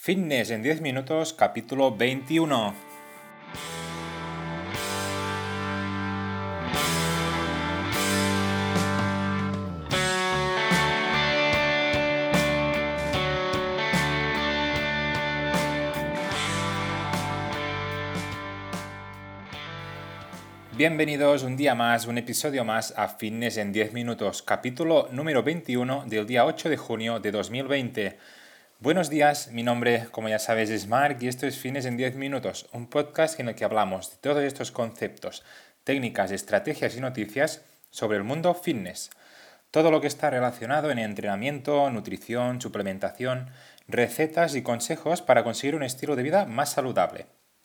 Fitness en 10 minutos, capítulo 21. Bienvenidos un día más, un episodio más a Fitness en 10 minutos, capítulo número 21 del día 8 de junio de 2020. Buenos días, mi nombre, como ya sabes, es Mark y esto es Fitness en 10 minutos, un podcast en el que hablamos de todos estos conceptos, técnicas, estrategias y noticias sobre el mundo fitness. Todo lo que está relacionado en entrenamiento, nutrición, suplementación, recetas y consejos para conseguir un estilo de vida más saludable.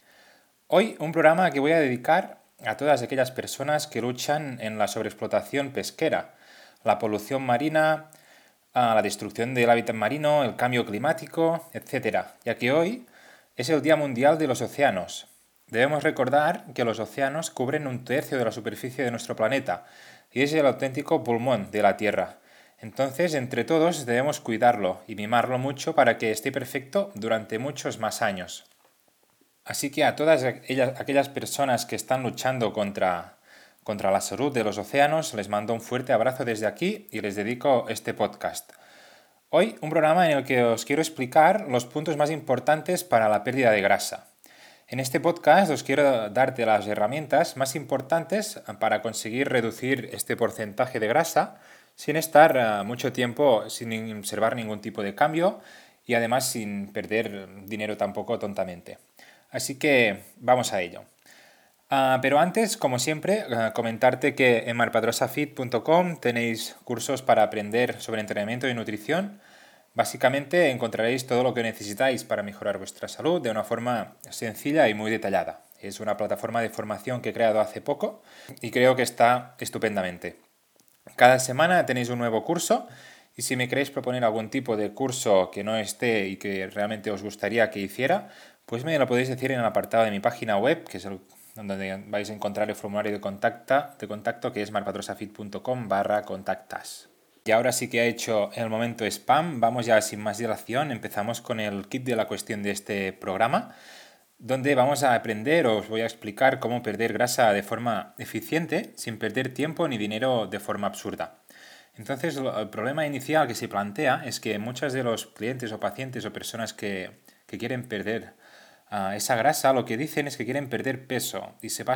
Hoy un programa que voy a dedicar a todas aquellas personas que luchan en la sobreexplotación pesquera, la polución marina, a la destrucción del hábitat marino, el cambio climático, etc., ya que hoy es el Día Mundial de los Océanos. Debemos recordar que los océanos cubren un tercio de la superficie de nuestro planeta y es el auténtico pulmón de la Tierra. Entonces, entre todos debemos cuidarlo y mimarlo mucho para que esté perfecto durante muchos más años. Así que a todas aquellas personas que están luchando contra la salud de los océanos, les mando un fuerte abrazo desde aquí y les dedico este podcast. Hoy un programa en el que os quiero explicar los puntos más importantes para la pérdida de grasa. En este podcast os quiero darte las herramientas más importantes para conseguir reducir este porcentaje de grasa sin estar mucho tiempo sin observar ningún tipo de cambio y además sin perder dinero tampoco tontamente. Así que vamos a ello. Pero antes, como siempre, comentarte que en marpadrosafit.com tenéis cursos para aprender sobre entrenamiento y nutrición. Básicamente encontraréis todo lo que necesitáis para mejorar vuestra salud de una forma sencilla y muy detallada. Es una plataforma de formación que he creado hace poco y creo que está estupendamente. Cada semana tenéis un nuevo curso y si me queréis proponer algún tipo de curso que no esté y que realmente os gustaría que hiciera, pues me lo podéis decir en el apartado de mi página web, que es donde vais a encontrar el formulario de contacto que es marpadrosafit.com/contactas. Y ahora sí que ha hecho el momento spam, vamos ya sin más dilación, empezamos con el kit de la cuestión de este programa, donde vamos a aprender, os voy a explicar cómo perder grasa de forma eficiente, sin perder tiempo ni dinero de forma absurda. Entonces, el problema inicial que se plantea es que muchos de los clientes o pacientes o personas que quieren perder esa grasa, lo que dicen es que quieren perder peso y se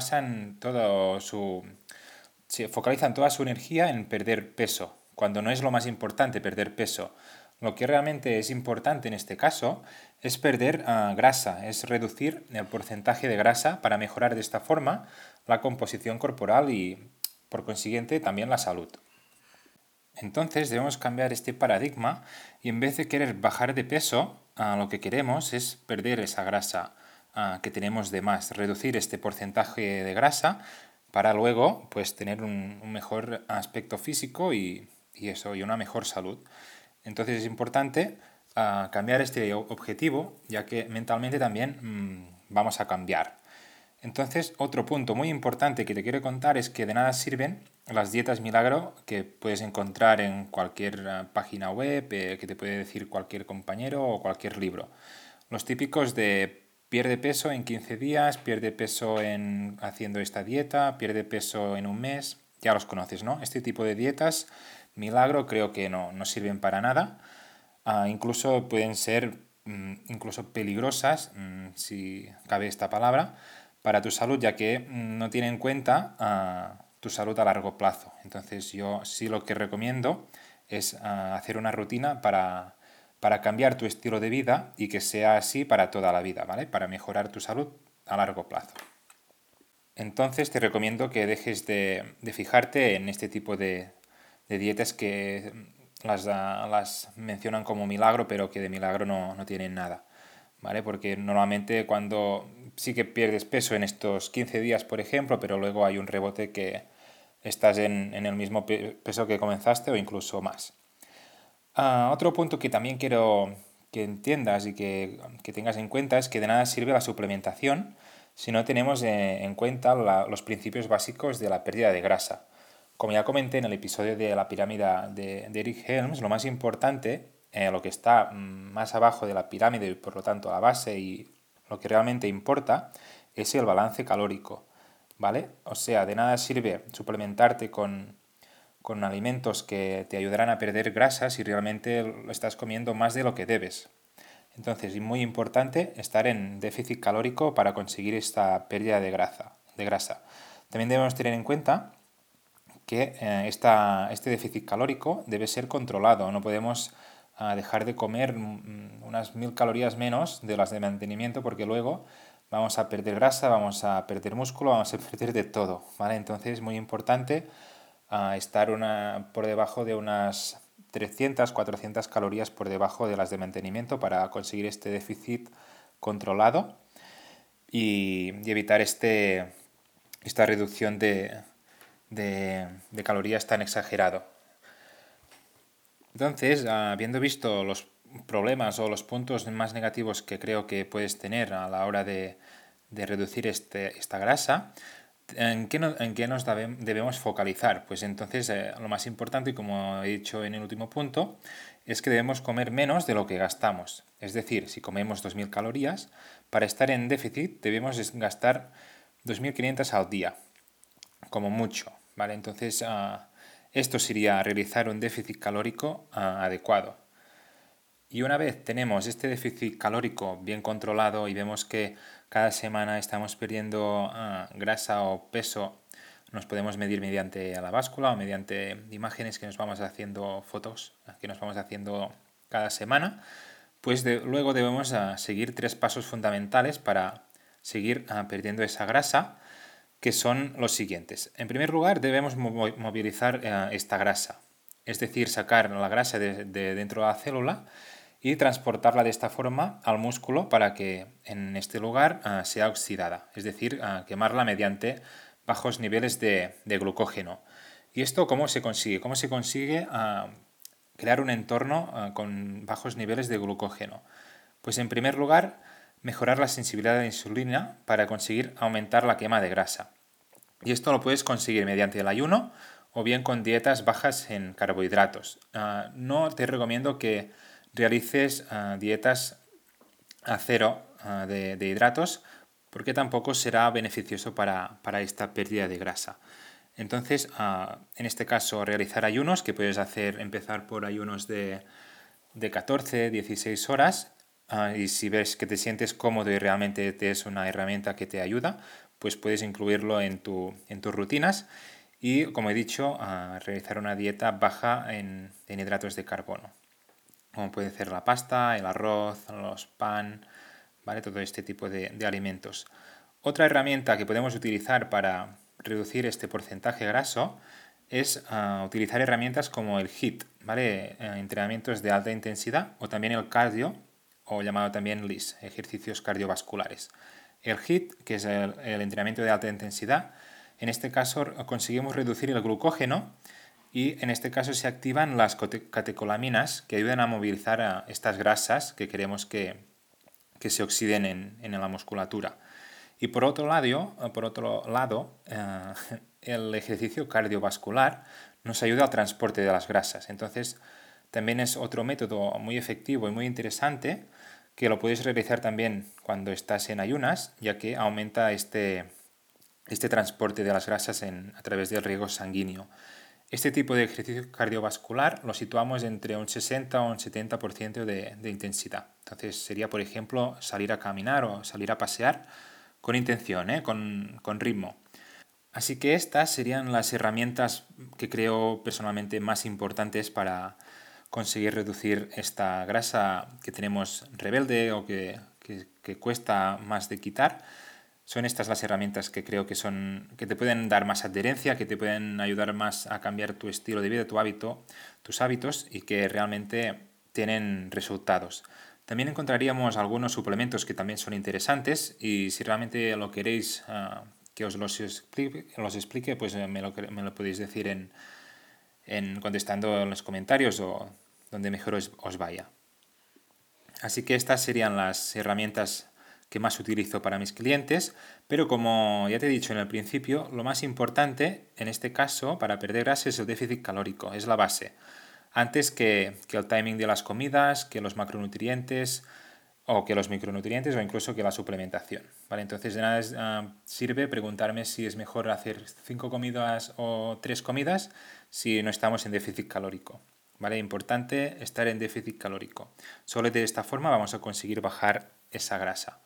focalizan toda su energía en perder peso, cuando no es lo más importante perder peso. Lo que realmente es importante en este caso es perder grasa, es reducir el porcentaje de grasa para mejorar de esta forma la composición corporal y, por consiguiente, también la salud. Entonces debemos cambiar este paradigma y en vez de querer bajar de peso, lo que queremos es perder esa grasa que tenemos de más, reducir este porcentaje de grasa para luego pues tener un mejor aspecto físico y una mejor salud. Entonces es importante cambiar este objetivo, ya que mentalmente también vamos a cambiar. Entonces, otro punto muy importante que te quiero contar es que de nada sirven las dietas milagro que puedes encontrar en cualquier página web, que te puede decir cualquier compañero o cualquier libro. Los típicos de pierde peso en 15 días, pierde peso haciendo esta dieta, pierde peso en un mes, ya los conoces, ¿no? Este tipo de dietas milagro creo que no sirven para nada. Incluso pueden ser incluso peligrosas, si cabe esta palabra, para tu salud, ya que no tiene en cuenta tu salud a largo plazo. Entonces yo sí lo que recomiendo es hacer una rutina para cambiar tu estilo de vida y que sea así para toda la vida, ¿vale? Para mejorar tu salud a largo plazo. Entonces te recomiendo que dejes de fijarte en este tipo de dietas que las mencionan como milagro, pero que de milagro no tienen nada, ¿vale? Porque normalmente cuando sí que pierdes peso en estos 15 días, por ejemplo, pero luego hay un rebote que estás en el mismo peso que comenzaste o incluso más. Otro punto que también quiero que entiendas y que tengas en cuenta es que de nada sirve la suplementación si no tenemos en cuenta los principios básicos de la pérdida de grasa. Como ya comenté en el episodio de la pirámide de Eric Helms, lo más importante lo que está más abajo de la pirámide y por lo tanto la base y lo que realmente importa es el balance calórico, ¿vale? O sea, de nada sirve suplementarte con alimentos que te ayudarán a perder grasa si realmente lo estás comiendo más de lo que debes. Entonces, es muy importante estar en déficit calórico para conseguir esta pérdida de grasa. También debemos tener en cuenta que este déficit calórico debe ser controlado. No podemos dejar de comer unas 1000 calorías menos de las de mantenimiento porque luego vamos a perder grasa, vamos a perder músculo, vamos a perder de todo, ¿vale? Entonces es muy importante estar por debajo de unas 300, 400 calorías por debajo de las de mantenimiento para conseguir este déficit controlado y evitar esta reducción de calorías tan exagerado. Entonces, habiendo visto los problemas o los puntos más negativos que creo que puedes tener a la hora de reducir esta grasa, ¿en qué nos debemos focalizar? Pues entonces lo más importante, como he dicho en el último punto, es que debemos comer menos de lo que gastamos. Es decir, si comemos 2000 calorías, para estar en déficit debemos gastar 2500 al día, como mucho, ¿vale? Entonces esto sería realizar un déficit calórico adecuado. Y una vez tenemos este déficit calórico bien controlado y vemos que cada semana estamos perdiendo grasa o peso, nos podemos medir mediante la báscula o mediante imágenes que nos vamos haciendo, fotos que nos vamos haciendo cada semana, pues luego debemos seguir 3 pasos fundamentales para seguir perdiendo esa grasa, que son los siguientes. En primer lugar, debemos movilizar esta grasa, es decir, sacar la grasa de dentro de la célula y transportarla de esta forma al músculo para que en este lugar sea oxidada, es decir, quemarla mediante bajos niveles de glucógeno. ¿Y esto cómo se consigue? ¿Cómo se consigue crear un entorno con bajos niveles de glucógeno? Pues en primer lugar, mejorar la sensibilidad de la insulina para conseguir aumentar la quema de grasa. Y esto lo puedes conseguir mediante el ayuno o bien con dietas bajas en carbohidratos. No te recomiendo que realices dietas a cero de hidratos porque tampoco será beneficioso para esta pérdida de grasa. Entonces, en este caso, realizar ayunos, que puedes empezar por ayunos de 14, 16 horas, y si ves que te sientes cómodo y realmente te es una herramienta que te ayuda, pues puedes incluirlo en tus rutinas y, como he dicho, realizar una dieta baja en hidratos de carbono, como puede ser la pasta, el arroz, los pan, ¿vale? Todo este tipo de alimentos. Otra herramienta que podemos utilizar para reducir este porcentaje graso es utilizar herramientas como el HIIT, ¿vale? Entrenamientos de alta intensidad, o también el cardio, o llamado también LIS, ejercicios cardiovasculares. El HIIT, que es el entrenamiento de alta intensidad, en este caso conseguimos reducir el glucógeno y en este caso se activan las catecolaminas que ayudan a movilizar estas grasas que queremos que se oxiden en la musculatura. Y por otro lado, el ejercicio cardiovascular nos ayuda al transporte de las grasas. Entonces, también es otro método muy efectivo y muy interesante que lo puedes realizar también cuando estás en ayunas, ya que aumenta este transporte de las grasas a través del riego sanguíneo. Este tipo de ejercicio cardiovascular lo situamos entre un 60 o un 70% de intensidad. Entonces sería, por ejemplo, salir a caminar o salir a pasear con intención, con ritmo. Así que estas serían las herramientas que creo personalmente más importantes para conseguir reducir esta grasa que tenemos rebelde o que cuesta más de quitar. Son estas las herramientas que creo que te pueden dar más adherencia, que te pueden ayudar más a cambiar tu estilo de vida, tus hábitos y que realmente tienen resultados. También encontraríamos algunos suplementos que también son interesantes y si realmente lo queréis que os los explique, pues me lo podéis decir contestando en los comentarios o donde mejor os vaya. Así que estas serían las herramientas que más utilizo para mis clientes, pero como ya te he dicho en el principio, lo más importante en este caso para perder grasa es el déficit calórico, es la base. antes que el timing de las comidas, que los macronutrientes o que los micronutrientes o incluso que la suplementación, ¿vale? Entonces de nada sirve preguntarme si es mejor hacer 5 comidas o 3 comidas si no estamos en déficit calórico, ¿vale? Importante estar en déficit calórico. Solo de esta forma vamos a conseguir bajar esa grasa.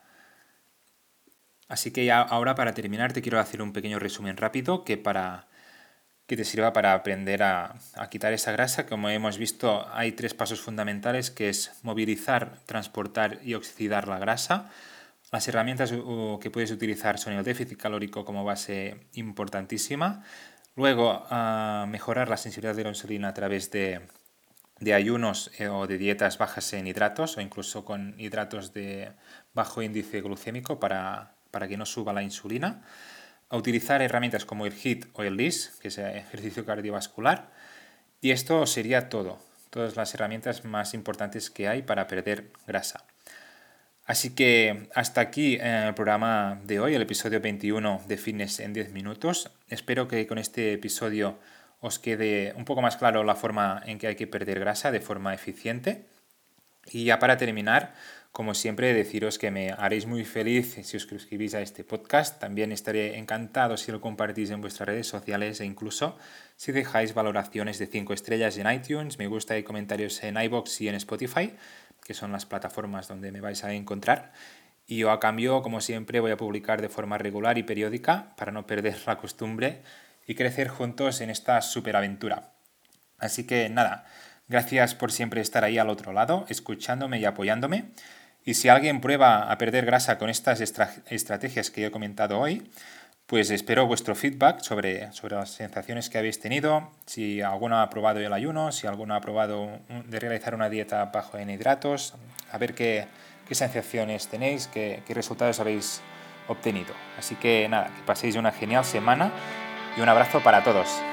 Así que ya ahora para terminar te quiero hacer un pequeño resumen rápido que te sirva para aprender a quitar esa grasa. Como hemos visto, hay 3 pasos fundamentales, que es movilizar, transportar y oxidar la grasa. Las herramientas que puedes utilizar son el déficit calórico como base importantísima. Luego, mejorar la sensibilidad de la insulina a través de ayunos o de dietas bajas en hidratos o incluso con hidratos de bajo índice glucémico para que no suba la insulina. A utilizar herramientas como el HIIT o el LISS, que es ejercicio cardiovascular. Y esto sería todo. Todas las herramientas más importantes que hay para perder grasa. Así que hasta aquí el programa de hoy, el episodio 21 de Fitness en 10 minutos. Espero que con este episodio os quede un poco más claro la forma en que hay que perder grasa de forma eficiente. Y ya para terminar, como siempre, deciros que me haréis muy feliz si os suscribís a este podcast. También estaré encantado si lo compartís en vuestras redes sociales e incluso si dejáis valoraciones de 5 estrellas en iTunes, me gusta y comentarios en iVoox y en Spotify, que son las plataformas donde me vais a encontrar. Y yo a cambio, como siempre, voy a publicar de forma regular y periódica para no perder la costumbre y crecer juntos en esta superaventura. Así que nada, gracias por siempre estar ahí al otro lado, escuchándome y apoyándome. Y si alguien prueba a perder grasa con estas estrategias que he comentado hoy, pues espero vuestro feedback sobre las sensaciones que habéis tenido, si alguno ha probado el ayuno, si alguno ha probado de realizar una dieta bajo en hidratos, a ver qué sensaciones tenéis, qué resultados habéis obtenido. Así que nada, que paséis una genial semana y un abrazo para todos.